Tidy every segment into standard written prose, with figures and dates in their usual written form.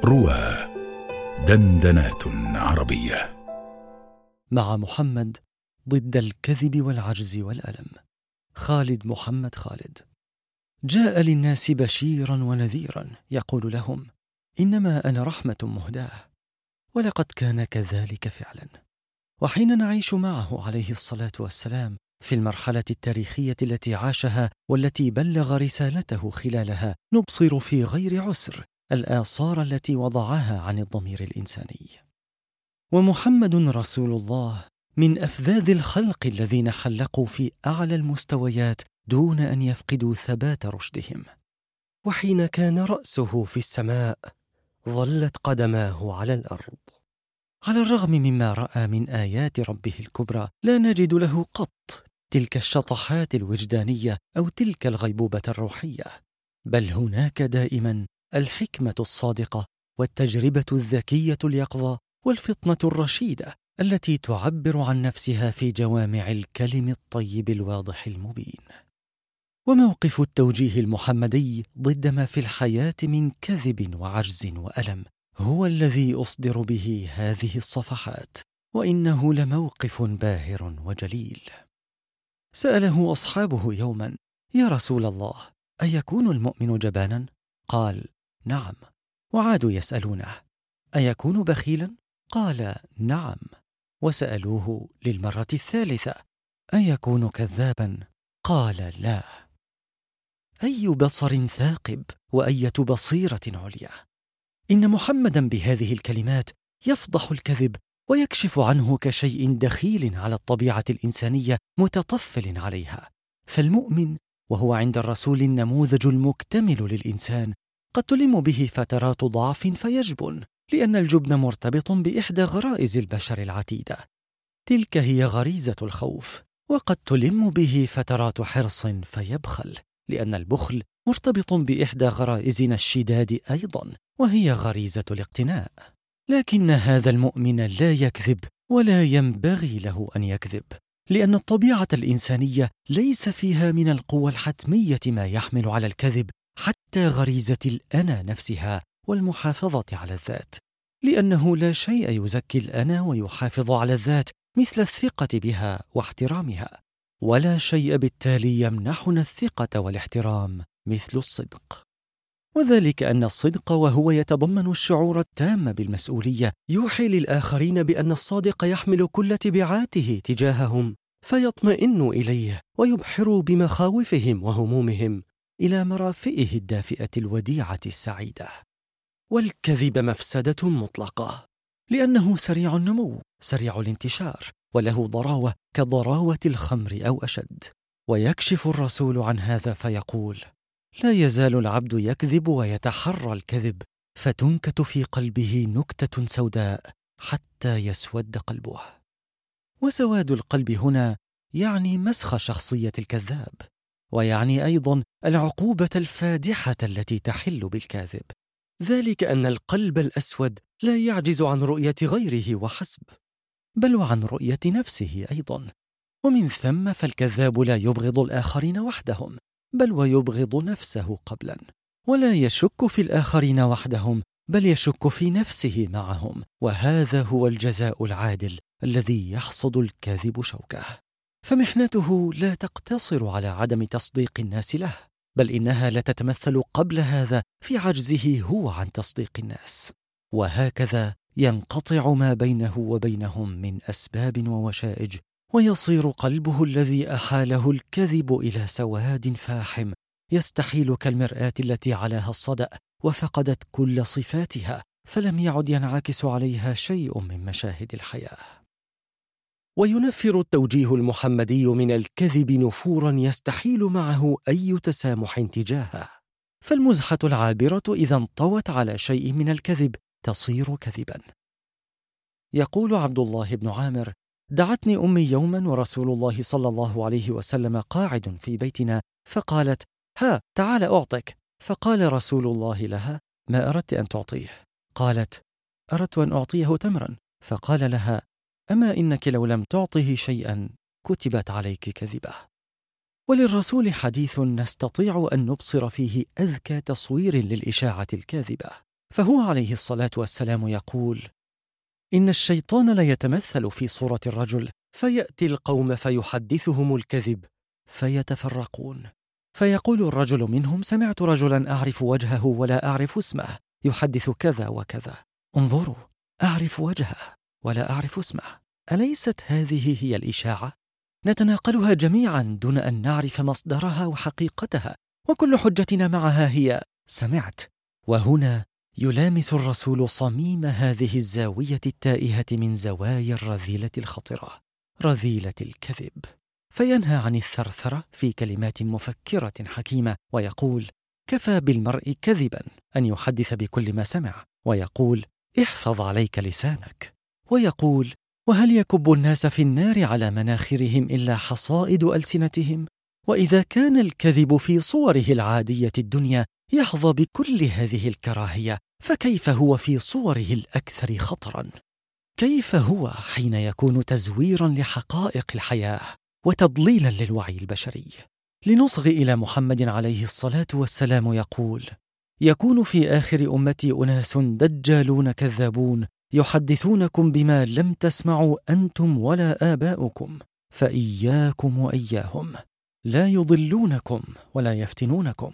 روى دندنات عربية مع محمد ضد الكذب والعجز والألم. خالد محمد خالد. جاء للناس بشيرا ونذيرا يقول لهم: إنما أنا رحمة مهداة. ولقد كان كذلك فعلا. وحين نعيش معه عليه الصلاة والسلام في المرحلة التاريخية التي عاشها والتي بلغ رسالته خلالها، نبصر في غير عسر الآثار التي وضعها عن الضمير الإنساني. ومحمد رسول الله من أفذاذ الخلق الذين حلقوا في أعلى المستويات دون أن يفقدوا ثبات رشدهم. وحين كان رأسه في السماء ظلت قدماه على الأرض. على الرغم مما رأى من آيات ربه الكبرى، لا نجد له قط تلك الشطحات الوجدانية أو تلك الغيبوبة الروحية، بل هناك دائما الحكمة الصادقة والتجربة الذكية اليقظة والفطنة الرشيدة التي تعبر عن نفسها في جوامع الكلم الطيب الواضح المبين. وموقف التوجيه المحمدي ضد ما في الحياة من كذب وعجز وألم هو الذي أصدر به هذه الصفحات، وإنه لموقف باهر وجليل. سأله أصحابه يوما: يا رسول الله، أيكون المؤمن جبانا؟ قال: نعم. وعادوا يسألونه: أيكون بخيلا؟ قال: نعم. وسألوه للمرة الثالثة: أيكون كذابا؟ قال: لا. أي بصر ثاقب وأية بصيرة عليا! إن محمدا بهذه الكلمات يفضح الكذب ويكشف عنه كشيء دخيل على الطبيعة الإنسانية متطفل عليها. فالمؤمن وهو عند الرسول النموذج المكتمل للإنسان قد تلم به فترات ضعف فيجبن، لأن الجبن مرتبط بإحدى غرائز البشر العتيدة، تلك هي غريزة الخوف. وقد تلم به فترات حرص فيبخل، لأن البخل مرتبط بإحدى غرائزنا الشداد أيضا، وهي غريزة الاقتناء. لكن هذا المؤمن لا يكذب ولا ينبغي له أن يكذب، لأن الطبيعة الإنسانية ليس فيها من القوى الحتمية ما يحمل على الكذب، حتى غريزة الأنا نفسها والمحافظة على الذات، لأنه لا شيء يزكي الأنا ويحافظ على الذات مثل الثقة بها واحترامها، ولا شيء بالتالي يمنحنا الثقة والاحترام مثل الصدق. وذلك أن الصدق وهو يتضمن الشعور التام بالمسؤولية يوحي للآخرين بأن الصادق يحمل كل تبعاته تجاههم، فيطمئن إليه ويبحر بمخاوفهم وهمومهم إلى مرافئه الدافئة الوديعة السعيدة. والكذب مفسدة مطلقة، لأنه سريع النمو سريع الانتشار، وله ضراوة كضراوة الخمر أو أشد. ويكشف الرسول عن هذا فيقول: لا يزال العبد يكذب ويتحرى الكذب، فتنكت في قلبه نكتة سوداء حتى يسود قلبه. وسواد القلب هنا يعني مسخ شخصية الكذاب، ويعني أيضا العقوبة الفادحة التي تحل بالكاذب، ذلك أن القلب الأسود لا يعجز عن رؤية غيره وحسب، بل وعن رؤية نفسه أيضا. ومن ثم فالكذاب لا يبغض الآخرين وحدهم، بل ويبغض نفسه قبلا، ولا يشك في الآخرين وحدهم، بل يشك في نفسه معهم. وهذا هو الجزاء العادل الذي يحصد الكاذب شوكه. فمحنته لا تقتصر على عدم تصديق الناس له، بل إنها لا تتمثل قبل هذا في عجزه هو عن تصديق الناس. وهكذا ينقطع ما بينه وبينهم من أسباب ووشائج، ويصير قلبه الذي أحاله الكذب إلى سواد فاحم يستحيل كالمرآة التي علاها الصدأ وفقدت كل صفاتها، فلم يعد ينعكس عليها شيء من مشاهد الحياة. وينفر التوجيه المحمدي من الكذب نفورا يستحيل معه أي تسامح تجاهه. فالمزحة العابرة إذا انطوت على شيء من الكذب تصير كذبا. يقول عبد الله بن عامر: دعتني أمي يوما ورسول الله صلى الله عليه وسلم قاعد في بيتنا، فقالت: ها تعال أعطك. فقال رسول الله لها: ما أردت أن تعطيه؟ قالت: أردت أن أعطيه تمرا. فقال لها: أما إنك لو لم تعطه شيئا كتبت عليك كذبة. وللرسول حديث نستطيع أن نبصر فيه أذكى تصوير للإشاعة الكاذبة، فهو عليه الصلاة والسلام يقول: إن الشيطان ليتمثل في صورة الرجل، فيأتي القوم فيحدثهم الكذب فيتفرقون، فيقول الرجل منهم: سمعت رجلا أعرف وجهه ولا أعرف اسمه يحدث كذا وكذا، انظروا، أعرف وجهه ولا أعرف اسمه. أليست هذه هي الإشاعة؟ نتناقلها جميعا دون أن نعرف مصدرها وحقيقتها، وكل حجتنا معها هي سمعت. وهنا يلامس الرسول صميم هذه الزاوية التائهة من زوايا الرذيلة الخطرة، رذيلة الكذب، فينهى عن الثرثرة في كلمات مفكرة حكيمة، ويقول: كفى بالمرء كذبا أن يحدث بكل ما سمع، ويقول: احفظ عليك لسانك، ويقول: وهل يكب الناس في النار على مناخرهم إلا حصائد ألسنتهم؟ وإذا كان الكذب في صوره العادية الدنيا يحظى بكل هذه الكراهية، فكيف هو في صوره الأكثر خطرا؟ كيف هو حين يكون تزويرا لحقائق الحياة وتضليلا للوعي البشري؟ لنصغي إلى محمد عليه الصلاة والسلام يقول: يكون في آخر أمتي أناس دجالون كذابون يحدثونكم بما لم تسمعوا أنتم ولا آباؤكم، فإياكم وإياهم، لا يضلونكم ولا يفتنونكم.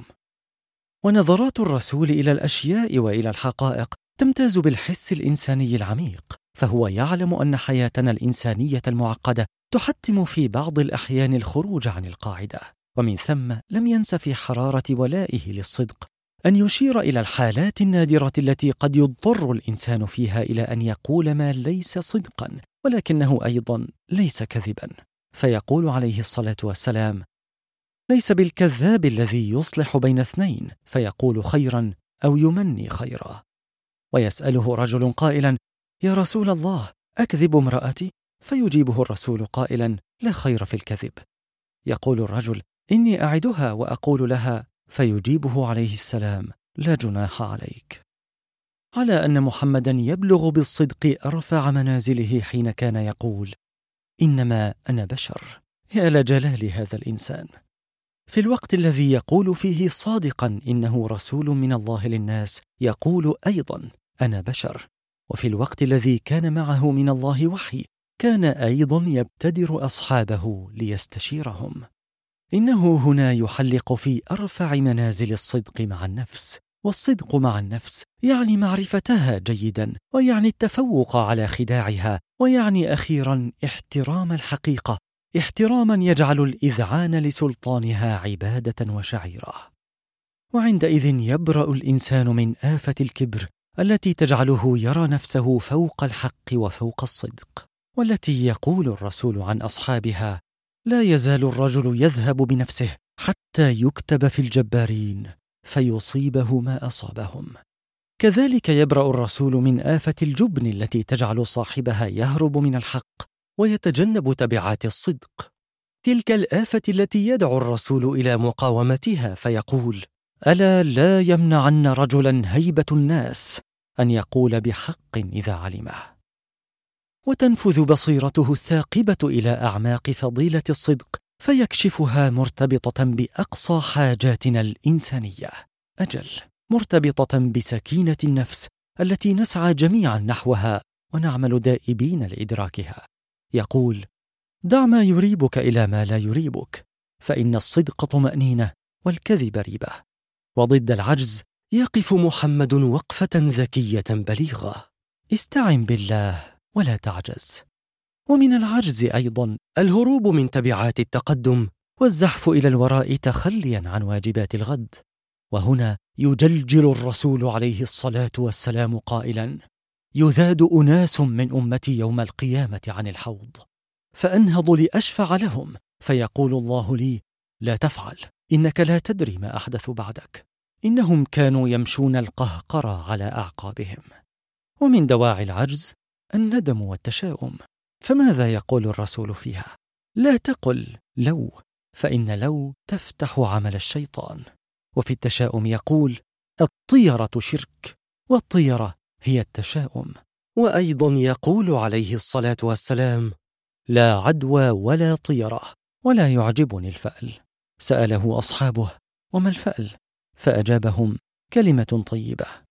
ونظرات الرسول إلى الأشياء وإلى الحقائق تمتاز بالحس الإنساني العميق، فهو يعلم أن حياتنا الإنسانية المعقدة تحتم في بعض الأحيان الخروج عن القاعدة، ومن ثم لم ينس في حرارة ولائه للصدق أن يشير إلى الحالات النادرة التي قد يضطر الإنسان فيها إلى أن يقول ما ليس صدقا ولكنه أيضا ليس كذبا، فيقول عليه الصلاة والسلام: ليس بالكذاب الذي يصلح بين اثنين فيقول خيرا أو يمني خيرا. ويسأله رجل قائلا: يا رسول الله، أكذب امرأتي؟ فيجيبه الرسول قائلا: لا خير في الكذب. يقول الرجل: إني أعدها وأقول لها، فيجيبه عليه السلام: لا جناح عليك. على أن محمدا يبلغ بالصدق أرفع منازله حين كان يقول: إنما أنا بشر. يا لجلال هذا الإنسان! في الوقت الذي يقول فيه صادقا إنه رسول من الله للناس، يقول أيضا: أنا بشر. وفي الوقت الذي كان معه من الله وحي، كان أيضا يبتدر أصحابه ليستشيرهم. إنه هنا يحلق في أرفع منازل الصدق مع النفس، والصدق مع النفس يعني معرفتها جيدا، ويعني التفوق على خداعها، ويعني أخيرا احترام الحقيقة، احتراما يجعل الإذعان لسلطانها عبادة وشعيرة. وعندئذ يبرأ الإنسان من آفة الكبر التي تجعله يرى نفسه فوق الحق وفوق الصدق، والتي يقول الرسول عن أصحابها: لا يزال الرجل يذهب بنفسه حتى يكتب في الجبارين فيصيبه ما أصابهم. كذلك يبرأ الرسول من آفة الجبن التي تجعل صاحبها يهرب من الحق ويتجنب تبعات الصدق، تلك الآفة التي يدعو الرسول إلى مقاومتها فيقول: ألا لا يمنعن رجلا هيبة الناس أن يقول بحق إذا علمه. وتنفذ بصيرته الثاقبة إلى أعماق فضيلة الصدق فيكشفها مرتبطة بأقصى حاجاتنا الإنسانية، أجل مرتبطة بسكينة النفس التي نسعى جميعا نحوها ونعمل دائبين لإدراكها. يقول: دع ما يريبك إلى ما لا يريبك، فإن الصدق طمأنينة والكذب ريبة. وضد العجز يقف محمد وقفة ذكية بليغة: استعن بالله ولا تعجز. ومن العجز أيضا الهروب من تبعات التقدم والزحف إلى الوراء تخليا عن واجبات الغد. وهنا يجلجل الرسول عليه الصلاة والسلام قائلا: يذاد أناس من أمتي يوم القيامة عن الحوض، فأنهض لأشفع لهم، فيقول الله لي: لا تفعل، إنك لا تدري ما أحدث بعدك. إنهم كانوا يمشون القهقرة على أعقابهم. ومن دواعي العجز الندم والتشاؤم، فماذا يقول الرسول فيها؟ لا تقل لو، فإن لو تفتح عمل الشيطان. وفي التشاؤم يقول: الطيرة شرك، والطيرة هي التشاؤم. وأيضا يقول عليه الصلاة والسلام: لا عدوى ولا طيرة، ولا يعجبني الفأل. سأله أصحابه: وما الفأل؟ فأجابهم: كلمة طيبة